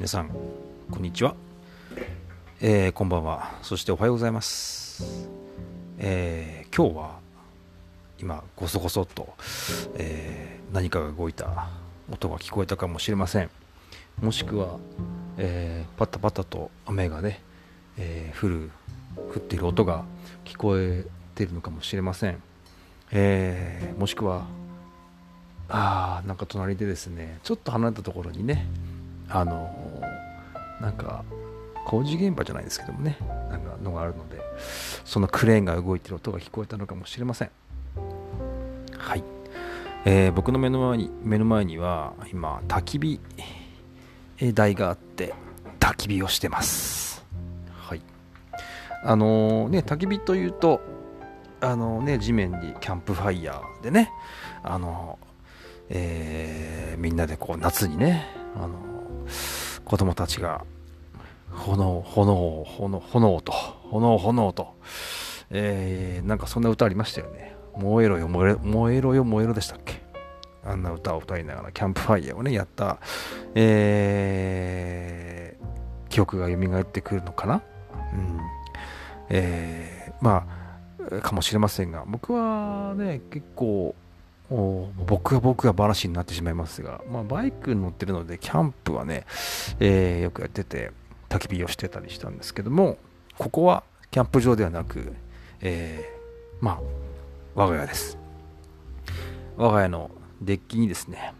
皆さんこんにちは、こんばんは、そしておはようございます。今日は今ゴソゴソと、何かが動いた音が聞こえたかもしれません。もしくは、パタパタと雨がね、降っている音が聞こえているのかもしれません。もしくはなんか隣でですね、ちょっと離れたところにね、なんか工事現場じゃないですけどもね、なんかのがあるので、そのクレーンが動いている音が聞こえたのかもしれません。はい、僕の目の前には今焚き火台があって焚き火をしてます。はい。焚き火というと地面にキャンプファイヤーでね、みんなでこう夏にね、子供たちが炎と、なんかそんな歌ありましたよね。燃えろよ燃えろよ燃えろでしたっけ。あんな歌を歌いながらキャンプファイヤーをねやった、記憶が蘇ってくるのかな。まあかもしれませんが、僕はね結構僕が話になってしまいますが、バイクに乗ってるのでキャンプはね、よくやってて焚き火をしてたりしたんですけども、ここはキャンプ場ではなく、我が家です。我が家のデッキにですね、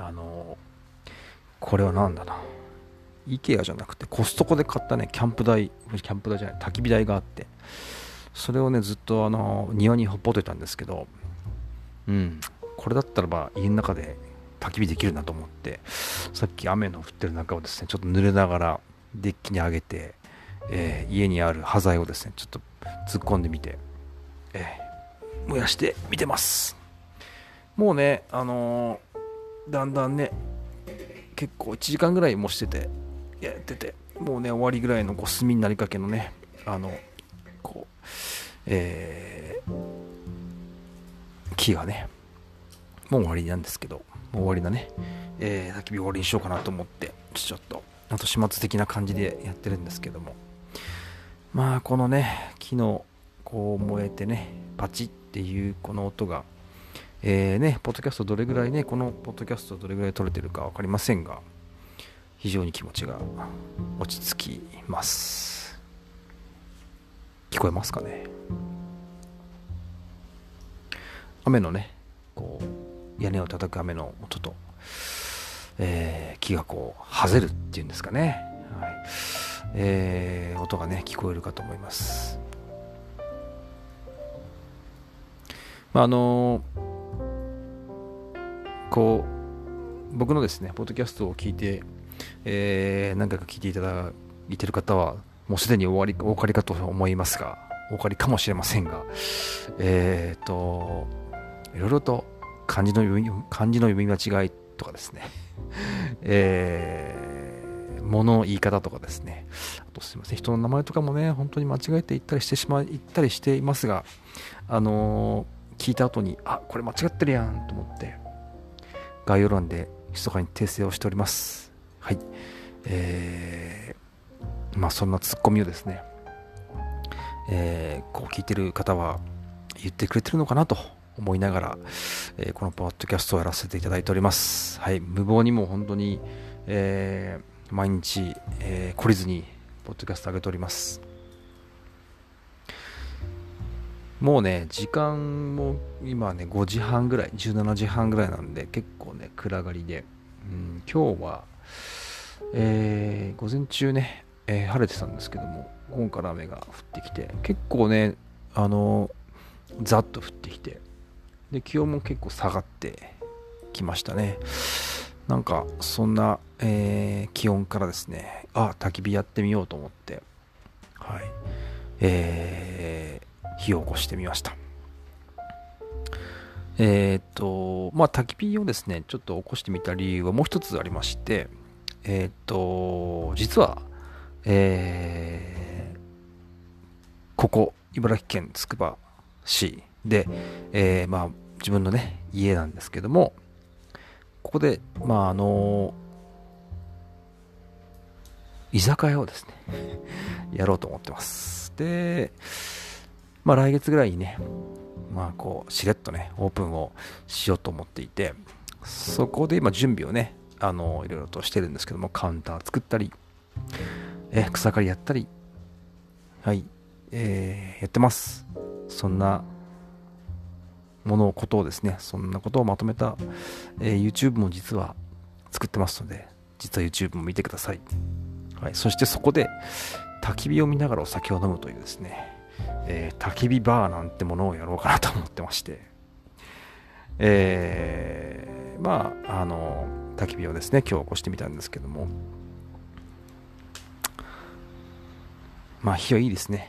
これはなんだな、IKEA じゃなくてコストコで買ったねキャンプ台じゃない焚き火台があって、それをねずっと庭にほっぽってたんですけど、これだったらば家の中で焚き火できるなと思って、さっき雨の降ってる中をですねちょっと濡れながらデッキに上げて、家にある端材をですねちょっと突っ込んでみて、燃やしてみてます。もうねだんだんね結構1時間ぐらいもしててやってて、もうね終わりぐらいの炭になりかけのねこう木がねもう終わりなんですけど、もう終わりだね、焚き火終わりにしようかなと思って、ちょっと始末的な感じでやってるんですけども、このね木のこう燃えてねパチっていうこの音がポッドキャストどれぐらいね、このポッドキャストどれぐらい撮れてるか分かりませんが、非常に気持ちが落ち着きます。聞こえますかね。雨のねこう屋根を叩く雨の音と、木がこうはぜるっていうんですかね、音がね聞こえるかと思います。こう僕のですねポッドキャストを聞いて、何回か聞いていただいている方はもうすでにお分かりかと思いますが、お分かりかもしれませんが、いろいろと漢字の読み間違いとかですね、物の言い方とかですね、あとすいません、人の名前とかもね本当に間違えて言ったりしていますが、聞いた後にこれ間違ってるやんと思って概要欄で密かに訂正をしております。はい。そんなツッコミをですね、こう聞いてる方は言ってくれてるのかなと思いながら、このポッドキャストをやらせていただいております。はい。無謀にも本当に、毎日、懲りずにポッドキャスト上げております。もうね時間も今ね5時半ぐらい17時半ぐらいなんで、結構ね暗がりで、今日は、午前中ね、晴れてたんですけども、午後から雨が降ってきて、結構ねざっと降ってきて、で気温も結構下がってきましたね。なんかそんな、気温からですね、焚き火やってみようと思って、はい、火を起こしてみました。焚き火をですねちょっと起こしてみた理由はもう一つありまして、実は、ここ茨城県つくば市で、自分のね家なんですけども、ここで居酒屋をですねやろうと思ってます。で、まあ来月ぐらいにね、まあこうしれっとねオープンをしようと思っていて、そこで今準備をねいろいろとしてるんですけども、カウンター作ったり草刈りやったり、はい、やってます。そんなことをですね、そんなことをまとめた、YouTube も実は作ってますので、実は YouTube も見てください。はい、そしてそこで焚き火を見ながらお酒を飲むというですね、焚き火バーなんてものをやろうかなと思ってまして、まあ焚き火をですね今日起こしてみたんですけども、まあ火はいいですね。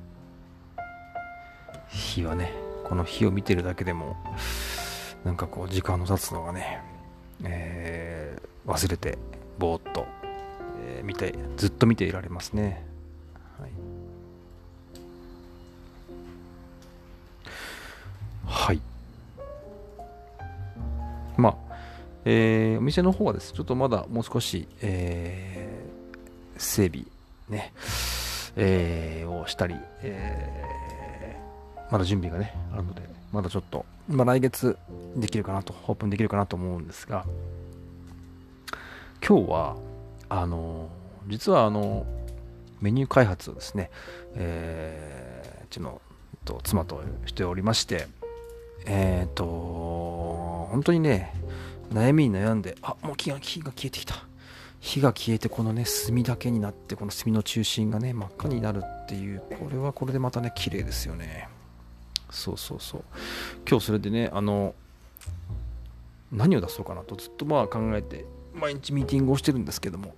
火はね、この火を見てるだけでもなんかこう時間の経つのがね、忘れてぼーっと、ずっと見ていられますね。はい、はい、まあ、お店の方はですねちょっとまだもう少し、整備ね、をしたり、まだ準備がねあるので、まだちょっと、まあ、来月できるかなと、オープンできるかなと思うんですが、今日は実はメニュー開発をですね、うちの妻としておりまして、本当にね悩みに悩んで、もう火が消えてきた。火が消えてこのね炭だけになって、この炭の中心がね真っ赤になるっていう、これはこれでまたね綺麗ですよね。そうそうそう。今日それでね何を出そうかなとずっとまあ考えて毎日ミーティングをしてるんですけども、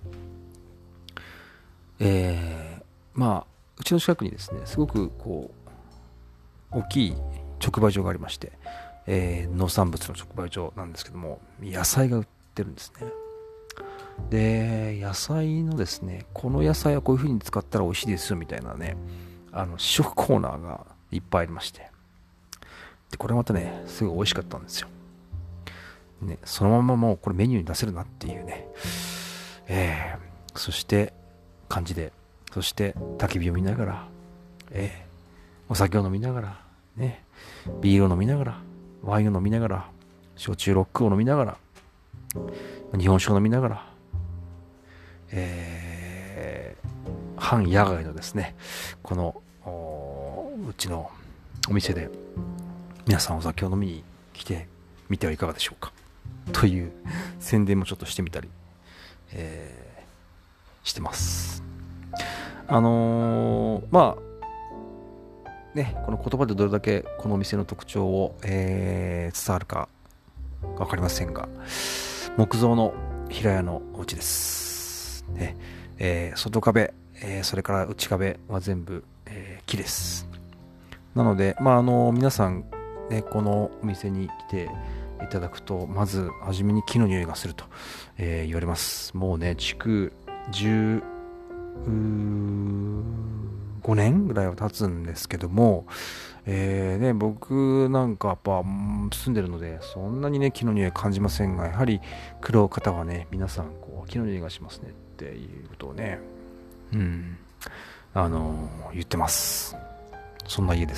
まあうちの近くにですねすごくこう大きい直売所がありまして、農産物の直売所なんですけども、野菜が売ってるんですね。で野菜のですね、この野菜はこういう風に使ったら美味しいですよみたいなね試食コーナーがいっぱいありまして、でこれまたねすごい美味しかったんですよね。そのままもうこれメニューに出せるなっていうね、そして感じで、そして焚き火を見ながら、お酒を飲みながらね、ビールを飲みながら、ワインを飲みながら、焼酎ロックを飲みながら、日本酒を飲みながら、半野外のですねこのうちのお店で皆さんお酒を飲みに来てみてはいかがでしょうかという宣伝もちょっとしてみたり、してます。まあね、この言葉でどれだけこのお店の特徴を、伝わるか分かりませんが、木造の平屋のお家です、ね。外壁、それから内壁は全部、木です。なので、皆さん、ね、このお店に来ていただくと、まず初めに木の匂いがすると、言われます。もうね、築15年ぐらいは経つんですけども、僕なんかやっぱ住んでるのでそんなにね木の匂い感じませんが、やはり来る方はね皆さんこう木の匂いがしますねっていうことをね、言ってます。そんな家です。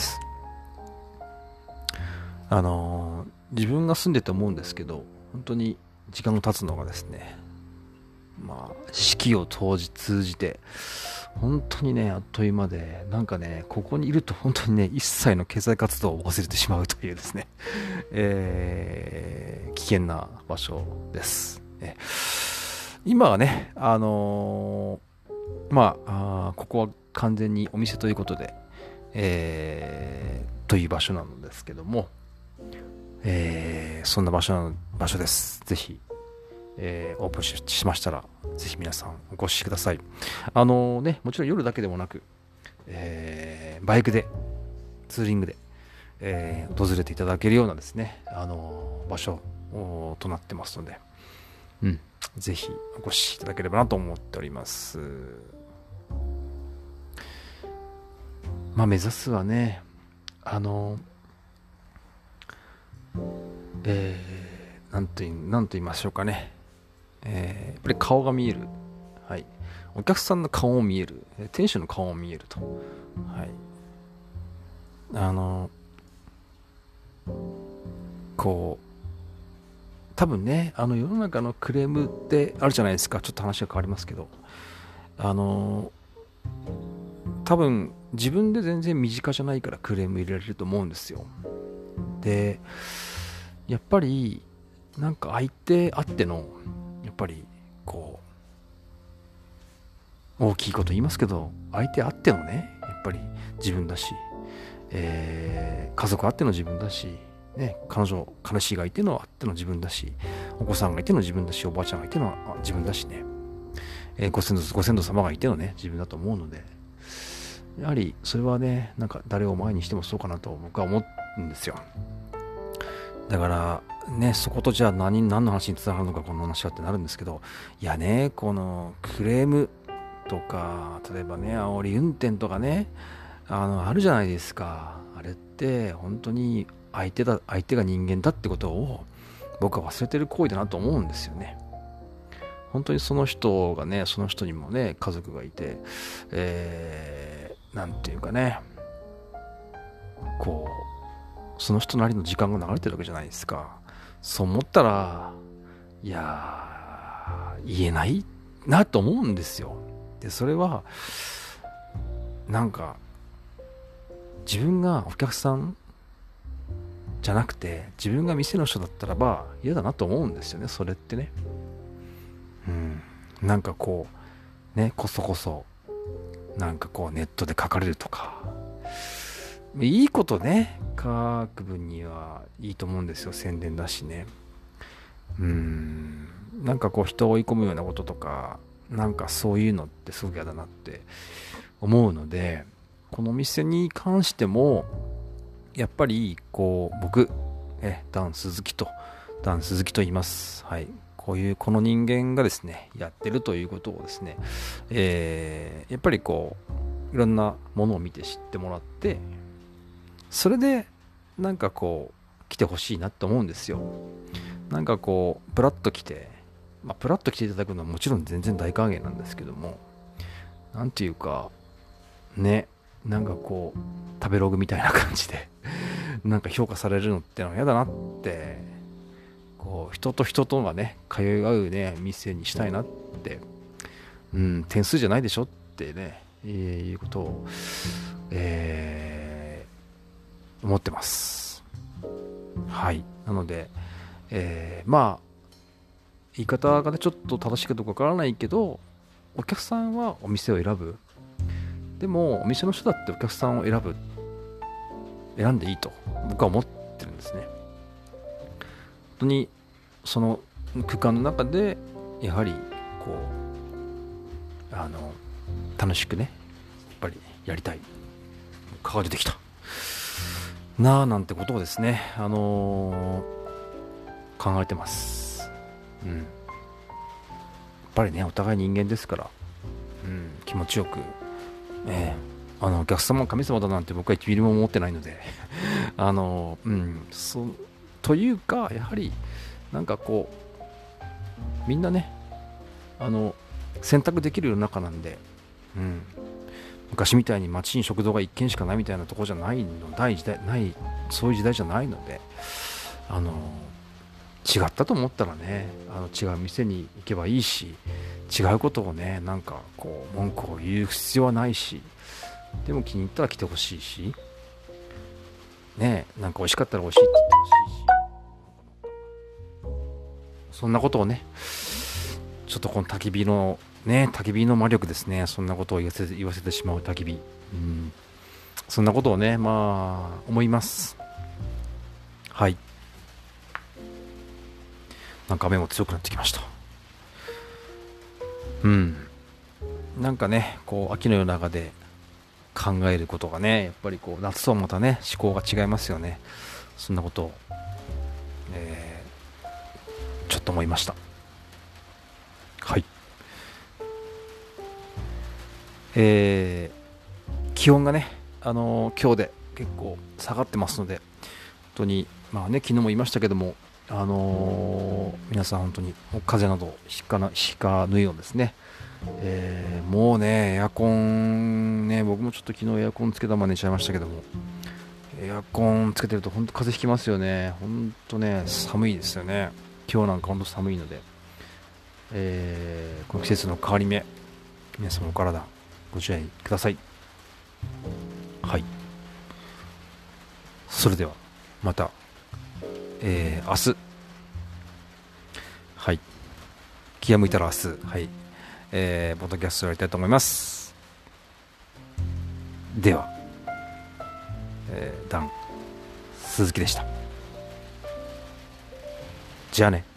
自分が住んでて思うんですけど、本当に時間が経つのがですね、四季を通じて本当にねあっという間で、なんかねここにいると本当にね一切の経済活動を忘れてしまうというですね、危険な場所です。今はねここは完全にお店ということで、という場所なのですけども、そんな場所です。ぜひオープンしましたらぜひ皆さんお越しください。もちろん夜だけでもなく、バイクでツーリングで、訪れていただけるようなですね場所となってますので、ぜひお越しいただければなと思っております。目指すはねなんと言いましょうかね、やっぱり顔が見える、はい、 お客さんの顔も見える、店主の顔も見えると。はい。こう、多分ね、世の中のクレームってあるじゃないですか。ちょっと話が変わりますけど、あの、多分自分で全然身近じゃないからクレーム入れられると思うんですよ。で、やっぱり、なんか相手あっての、やっぱり、こう、大きいこと言いますけど、相手あってのね、やっぱり自分だし、家族あっての自分だし、ね、彼氏がいてのあっての自分だし、お子さんがいての自分だし、おばあちゃんがいての自分だしね、ご先祖様がいてのね、自分だと思うので、やはりそれはね、なんか誰を前にしてもそうかなと僕は思うんですよ。だからね、そことじゃあ何の話につながるのかこの話はってなるんですけど、いやね、このクレームとか、例えばね、煽り運転とかね、あるじゃないですか。あれって本当に相手が人間だってことを僕は忘れてる行為だなと思うんですよね。本当にその人がね、その人にもね、家族がいて、なんていうかね、こう、その人なりの時間が流れてるわけじゃないですか。そう思ったら、いやー、言えないなと思うんですよ。で、それは、なんか、自分がお客さんじゃなくて、自分が店の人だったらば嫌だなと思うんですよね、それってね。うん。なんかこう、ね、こそこそ、なんかこうネットで書かれるとか、いいことね、書く分にはいいと思うんですよ、宣伝だしね。なんかこう人を追い込むようなこととか、なんかそういうのってすごく嫌だなって思うので、この店に関しても、やっぱりこう僕、ダン鈴木と言います。はい。この人間がですね、やってるということをですね、やっぱりこう、いろんなものを見て知ってもらって、それで、なんかこう、来てほしいなって思うんですよ。なんかこう、プラッと来て、プラッと来ていただくのはもちろん全然大歓迎なんですけども、なんていうか、ね、なんかこう、食べログみたいな感じで、なんか評価されるのってのは嫌だなって、こう、人と人とがね、通い合うね、店にしたいなって、点数じゃないでしょってね、いうことを、思ってます。はい。なので、言い方がね、ちょっと正しいかどうかわからないけど、お客さんはお店を選ぶ。でも、お店の人だってお客さんを選んでいいと、僕は思ってるんですね。本当に、その空間の中で、やはり、こう、楽しくね、やっぱりやりたい。顔が出てきた。なんてことをですね、考えてます。やっぱりね、お互い人間ですから、気持ちよく、お客様は神様だなんて僕は1ミリも思ってないのでというか、やはり、なんかこう、みんなね、選択できる世の中なんで、昔みたいに街に食堂が1軒しかないみたいなところじゃないそういう時代じゃないので、違ったと思ったらね、違う店に行けばいいし、違うことをね、なんかこう文句を言う必要はないし、でも気に入ったら来てほしいし、ね、なんか美味しかったら美味しいって言ってほしいし、そんなことをね、ちょっとこの焚き火の魔力ですね。そんなことを言わせてしまう焚き火。そんなことをね、思います。はい。なんか雨も強くなってきました。なんかね、こう、秋の夜長で考えることがね、やっぱりこう、夏とはまたね、思考が違いますよね。そんなことを、ちょっと思いました。はい。気温がね、今日で結構下がってますので、本当に、昨日も言いましたけども、皆さん本当に風邪などひかぬようですね、 もうねエアコンね、僕もちょっと昨日エアコンつけたまま寝ちゃいましたけども、エアコンつけてると本当風邪ひきますよね。本当ね寒いですよね。今日なんか本当寒いので、この季節の変わり目、皆様お体ご自愛ください。はい、それではまた、明日、はい、気が向いたら明日、はい、ポッドキャストをやりたいと思います。では、ダン鈴木でした。じゃあね。